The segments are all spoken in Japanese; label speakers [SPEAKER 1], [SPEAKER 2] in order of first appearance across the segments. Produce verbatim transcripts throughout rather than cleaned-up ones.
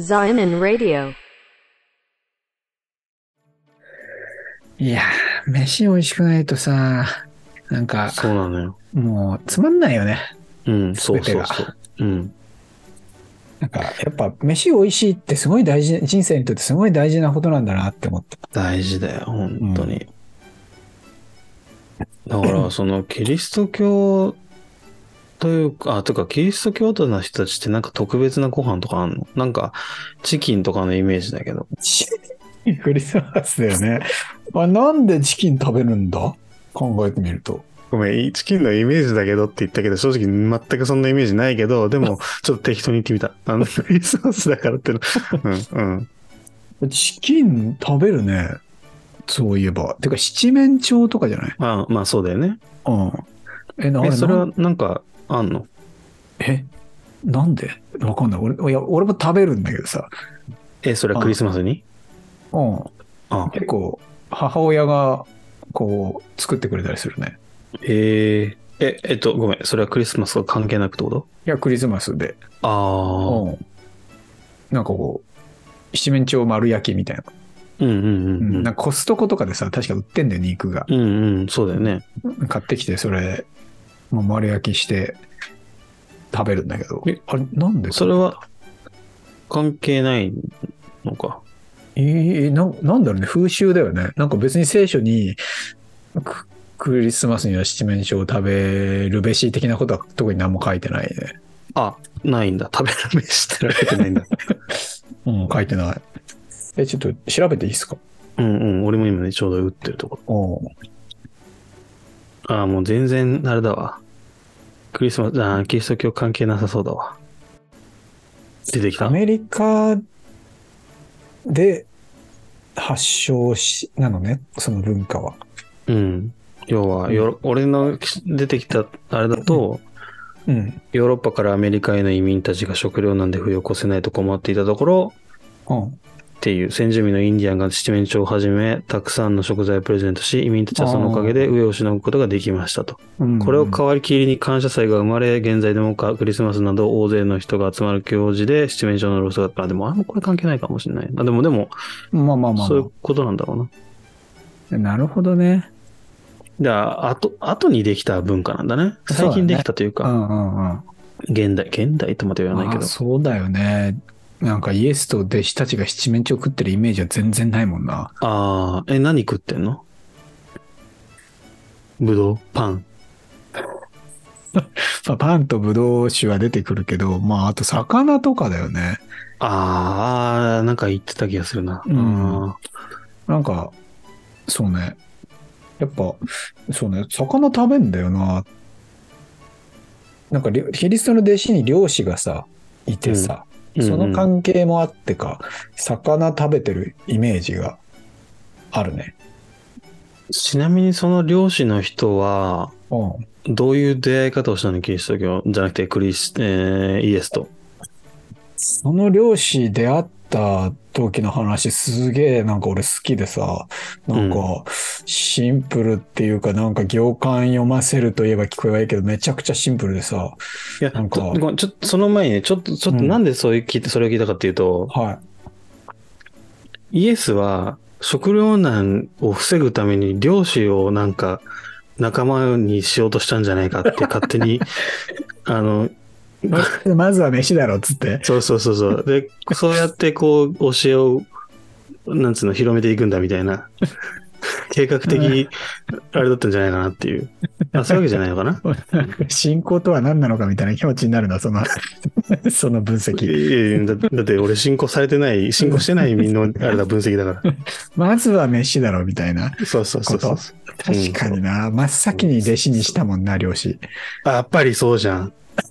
[SPEAKER 1] Zion Radio。
[SPEAKER 2] いやー、飯美味しくないとさ、なんか、
[SPEAKER 3] そうなのよ。
[SPEAKER 2] もうつまんないよね。
[SPEAKER 3] うん、そう
[SPEAKER 2] 全てが。
[SPEAKER 3] そうそう。うん。
[SPEAKER 2] なんか、やっぱ飯美味しいってすごい大事、人生にとってすごい大事なことなんだなって思った。
[SPEAKER 3] 大事だよ、本当に。うん、だから、その、キリスト教というか、あ、とか、キリスト教徒の人たちってなんか特別なご飯とかあんの？なんか、チキンとかのイメージだけど。
[SPEAKER 2] クリスマスだよね。あ、なんでチキン食べるんだ？考えてみると。
[SPEAKER 3] ごめん、チキンのイメージだけどって言ったけど、正直全くそんなイメージないけど、でも、ちょっと適当に言ってみた。あの、クリスマスだからっての。うん、
[SPEAKER 2] うん。チキン食べるね。そういえば。てか、七面鳥とかじゃない？
[SPEAKER 3] あ、まあそうだよね。
[SPEAKER 2] うん。え、な
[SPEAKER 3] え、それは
[SPEAKER 2] な
[SPEAKER 3] なんか、あんの？
[SPEAKER 2] え、なんで？わかんない。俺、いや、俺も食べるんだけどさ。
[SPEAKER 3] え、それはクリスマスに？
[SPEAKER 2] うん。
[SPEAKER 3] あ、
[SPEAKER 2] 結構、母親が、こう、作ってくれたりするね。
[SPEAKER 3] えー、え、えっと、ごめん。それはクリスマスと関係なくってこと？
[SPEAKER 2] いや、クリスマスで。
[SPEAKER 3] ああ。
[SPEAKER 2] うん。なんかこう、七面鳥丸焼きみたいな。
[SPEAKER 3] うんうんうん、うん。
[SPEAKER 2] なんかコストコとかでさ、確か売ってんだよ、肉が。
[SPEAKER 3] うんうん、そうだよね。
[SPEAKER 2] 買ってきて、それ、もう丸焼きして食べるんだけど。
[SPEAKER 3] え、
[SPEAKER 2] あれ、なんで
[SPEAKER 3] それは関係ないのか。
[SPEAKER 2] えー、な、なんだろうね、風習だよね。なんか別に聖書に、ク、クリスマスには七面鳥を食べるべし的なことは特に何も書いてないね。
[SPEAKER 3] あ、ないんだ。食べる飯って書いてないんだ。
[SPEAKER 2] うん、書いてない。え、ちょっと調べていいですか？
[SPEAKER 3] うんうん。俺も今ね、ちょうど打ってるとこ
[SPEAKER 2] お
[SPEAKER 3] ろ。ああ、もう全然、あれだわ。クリスマス、ああ、キリスト教関係なさそうだわ。出てきた。
[SPEAKER 2] アメリカで発祥し、なのね、その文化は。
[SPEAKER 3] うん。要は、よ、うん、俺の出てきたあれだと、
[SPEAKER 2] うん、
[SPEAKER 3] ヨーロッパからアメリカへの移民たちが食糧難で冬を越せないと困っていたところ、うん、っていう先住民のインディアンが七面鳥をはじめたくさんの食材をプレゼントし、移民たちはそのおかげで飢えをしのぐことができましたと。これを皮切りに感謝祭が生まれ、現在でもクリスマスなど大勢の人が集まる行事で七面鳥のローストが、あ、でもあんまこれ関係ないかもしれない。あ、でもでも、
[SPEAKER 2] まあまあまあ、まあ、
[SPEAKER 3] そういうことなんだろうな。
[SPEAKER 2] なるほどね。
[SPEAKER 3] じゃあ、あと、後にできた文化なんだね。最近できたというか。
[SPEAKER 2] うんうんうん。
[SPEAKER 3] 現代、現代とまでは言わないけど。
[SPEAKER 2] そうだよね。なんかイエスと弟子たちが七面鳥食ってるイメージは全然ないもんな。
[SPEAKER 3] ああ、え、何食ってんの？ぶどう？パン？
[SPEAKER 2] パンとぶどう酒は出てくるけど、まあ、あと魚とかだよね。
[SPEAKER 3] ああ、なんか言ってた気がするな。
[SPEAKER 2] うん。なんか、そうね。やっぱ、そうね、魚食べんだよな。なんか、キリストの弟子に漁師がさ、いてさ、うん、その関係もあってか、うんうん、魚食べてるイメージがあるね。
[SPEAKER 3] ちなみにその漁師の人は、
[SPEAKER 2] うん、
[SPEAKER 3] どういう出会い方をしたの？キリスト教じゃなくてクリス、えー、イエスと。
[SPEAKER 2] その漁師出会った時の話すげえなんか俺好きでさ、なんかシンプルっていうかなんか行間読ませるといえば聞こえはいいけどめちゃくちゃシンプルでさ。
[SPEAKER 3] いや、なんかちょっとその前にね、ちょっと、ちょっとなんでそういう聞いて、それを聞いたかっていうと、
[SPEAKER 2] うん、はい。
[SPEAKER 3] イエスは食糧難を防ぐために漁師をなんか仲間にしようとしたんじゃないかって勝手に、あの、
[SPEAKER 2] まずは飯だろっつって。
[SPEAKER 3] そうそうそうそう。で、そうやってこう、教えを、なんつうの、広めていくんだみたいな、計画的、あれだったんじゃないかなっていう。あ、そういうわけじゃないのかな。
[SPEAKER 2] 信仰とは何なのかみたいな気持ちになるな、その、その分析。
[SPEAKER 3] いやだ、だって俺信仰されてない、信仰してないみんな、あれだ、分析だから。
[SPEAKER 2] まずは飯だろみたいな。
[SPEAKER 3] そうそうそうそう。
[SPEAKER 2] 確かにな。うん、真っ先に弟子にしたもんな、漁師。
[SPEAKER 3] あ、やっぱりそうじゃん。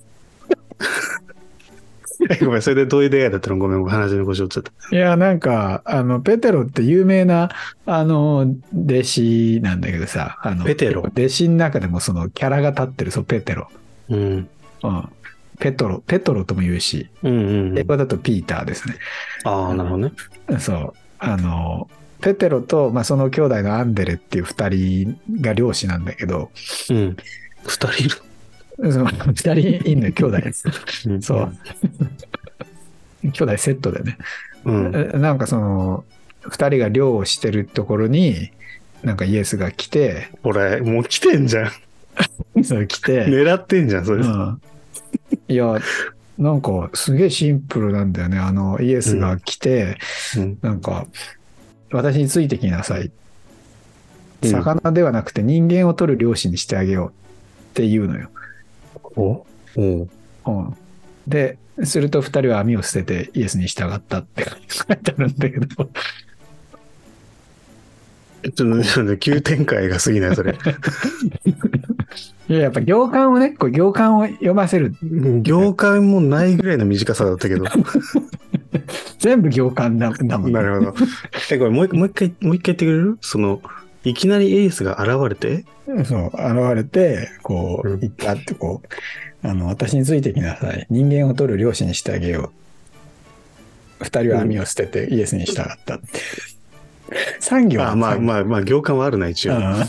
[SPEAKER 3] ごめん、それでどういう出会いだったの？ごめん、話の腰折っちゃった。
[SPEAKER 2] いや、なんか、あの、ペテロって有名な、あの、弟子なんだけどさ、あの、
[SPEAKER 3] ペテロ。
[SPEAKER 2] 弟子の中でもそのキャラが立ってる、そう、ペテロ。
[SPEAKER 3] うん。うん。
[SPEAKER 2] ペトロ、ペトロとも言うし、
[SPEAKER 3] うんうんうん、
[SPEAKER 2] 英語だとピーターですね。
[SPEAKER 3] ああ、なるほどね。
[SPEAKER 2] そう。あの、ペテロと、まあ、その兄弟のアンデレっていう二人が漁師なんだけど、
[SPEAKER 3] うん。二人いる。
[SPEAKER 2] その二人いんの兄弟です。うん、そう。 兄弟セットでね。
[SPEAKER 3] うん。
[SPEAKER 2] なんかその、二人が漁をしてるところに、なんかイエスが来て。
[SPEAKER 3] これ、もう来てんじゃん。
[SPEAKER 2] そう来て。
[SPEAKER 3] 狙ってんじゃん、それ。うん、
[SPEAKER 2] いや、なんかすげえシンプルなんだよね。あの、イエスが来て、うんうん、なんか、私についてきなさい。魚ではなくて人間を取る漁師にしてあげようって言うのよ。
[SPEAKER 3] おお
[SPEAKER 2] うん。で、すると二人は網を捨ててイエスに従ったって書いてあるんだけど。ち
[SPEAKER 3] ょっと急展開が過ぎないそれ。
[SPEAKER 2] いや、やっぱ行間をね、こう行間を読ませる。
[SPEAKER 3] 行間もないぐらいの短さだったけど。
[SPEAKER 2] 全部行間だもん、ね。
[SPEAKER 3] なるほど。え、これもう一回、もう一回、もう一回言ってくれる？その、いきなりエースが現れて？
[SPEAKER 2] そう、現れて、こう、行ったってこう、あの、私についてきなさい。人間を取る漁師にしてあげよう。二人は網を捨ててイエスに従ったって。産業は。
[SPEAKER 3] あ、まあまあまあ、行間はあるな、一応。あ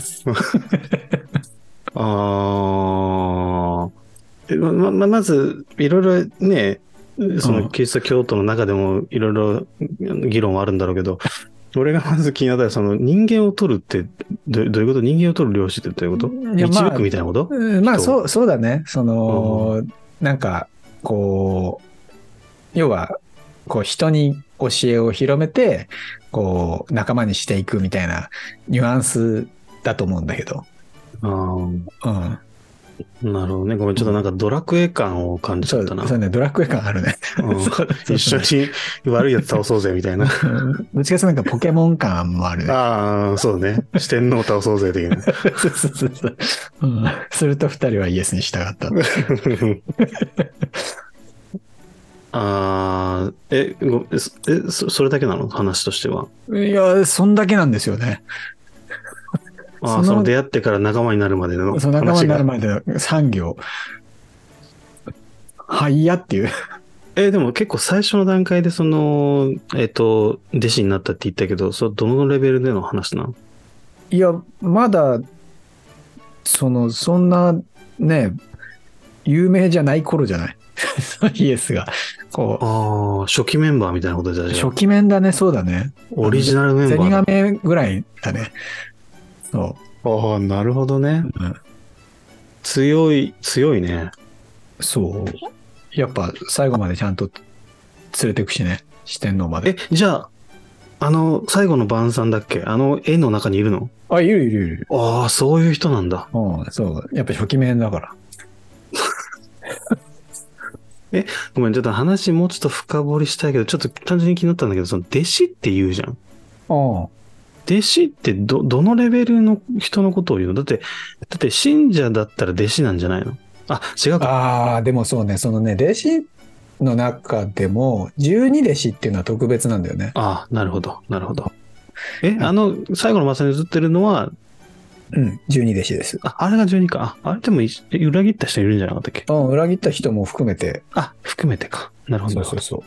[SPEAKER 3] あ。ま、ま、まず、いろいろね、そのキリスト教徒の中でもいろいろ議論はあるんだろうけど、俺がまず気になったら、その人間を取るってど、どういうこと？人間を取る漁師ってどういうこと？導くみたいなこと？
[SPEAKER 2] まあ、そう、そうだね。その、うん、なんか、こう、要は、こう、人に教えを広めて、こう、仲間にしていくみたいなニュアンスだと思うんだけど。
[SPEAKER 3] ああ。うん。なるほどね。ごめん、ちょっとなんかドラクエ感を感じちゃったな。
[SPEAKER 2] そう、そうね、ドラクエ感あるね。
[SPEAKER 3] うん、一緒に悪いやつ倒そうぜみたいな。
[SPEAKER 2] どっちかというとなんかポケモン感もあるね。
[SPEAKER 3] ああ、そうね。四天王倒そうぜ的な。
[SPEAKER 2] そうそうそうそう、うん。すると二人はイエスに従った。
[SPEAKER 3] ああ、え、ごえ、そ、それだけなの？話としては。
[SPEAKER 2] いや、そんだけなんですよね。
[SPEAKER 3] ああ、その出会ってから仲間になるまでの話が。
[SPEAKER 2] その仲間になるまでの産業。はいやっていう。
[SPEAKER 3] えー、でも結構最初の段階でその、えっと、弟子になったって言ったけど、それどのレベルでの話なの？
[SPEAKER 2] いや、まだ、その、そんな、ね、有名じゃない頃じゃない。イエスが。こ
[SPEAKER 3] う。ああ、初期メンバーみたいなことじゃん。
[SPEAKER 2] 初期面だね、そうだね。
[SPEAKER 3] オリジナルメンバー。
[SPEAKER 2] ゼニガメぐらいだね。そう。
[SPEAKER 3] ああ、なるほどね。うん、強い、強いね。
[SPEAKER 2] そう。やっぱ最後までちゃんと連れてくしね。四天王まで。
[SPEAKER 3] え、じゃあ、あの、最後の晩餐だっけ？あの絵の中にいるの？
[SPEAKER 2] あ、いるいるいる。
[SPEAKER 3] ああ、そういう人なんだ。
[SPEAKER 2] うん、そう。やっぱ初期面だから。
[SPEAKER 3] え、ごめん、ちょっと話もうちょっと深掘りしたいけど、ちょっと単純に気になったんだけど、その弟子って言うじゃん。ああ。弟子ってど、どのレベルの人のことを言うの？だって、だって信者だったら弟子なんじゃないの？あ、違うか。
[SPEAKER 2] ああ、でもそうね、そのね、弟子の中でも、十二弟子っていうのは特別なんだよね。
[SPEAKER 3] ああ、なるほど、なるほど。え、うん、あの、最後のまさに映ってるのは、
[SPEAKER 2] うん、十二弟子です。
[SPEAKER 3] あ、あれが十二か。あ、あれでも裏切った人いるんじゃなかったっけ？
[SPEAKER 2] うん、裏切った人も含めて。
[SPEAKER 3] あ、含めてか。なるほど。
[SPEAKER 2] そうそうそう。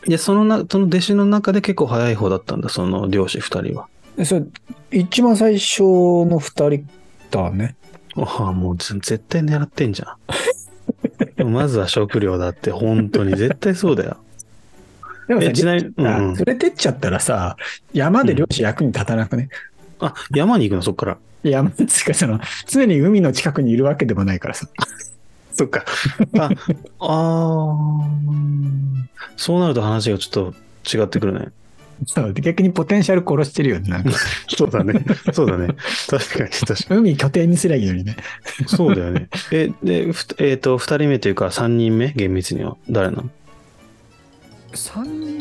[SPEAKER 3] で、そのな、その弟子の中で結構早い方だったんだ、その漁師二人は。
[SPEAKER 2] それ、一番最初の二人だね。
[SPEAKER 3] ああ、もう絶対狙ってんじゃん。まずは食料だって、本当に絶対そうだよ。
[SPEAKER 2] でもさ、ちなみに、うん、連れてっちゃったらさ、山で漁師役に立たなくね。
[SPEAKER 3] うん、あ、山に行くの、そっから。
[SPEAKER 2] 山っていうか、その、常に海の近くにいるわけでもないからさ。
[SPEAKER 3] そっか。あ、あそうなると話がちょっと違ってくるね。
[SPEAKER 2] そう逆にポテンシャル殺してるよね、なんか。
[SPEAKER 3] そうだね。そうだね。確かに、確かに。
[SPEAKER 2] 海拠点にすりゃいいのにね。
[SPEAKER 3] そうだよね。え、で、えっ、ー、と、二人目というか、三人目厳密には誰なの？
[SPEAKER 2] 三人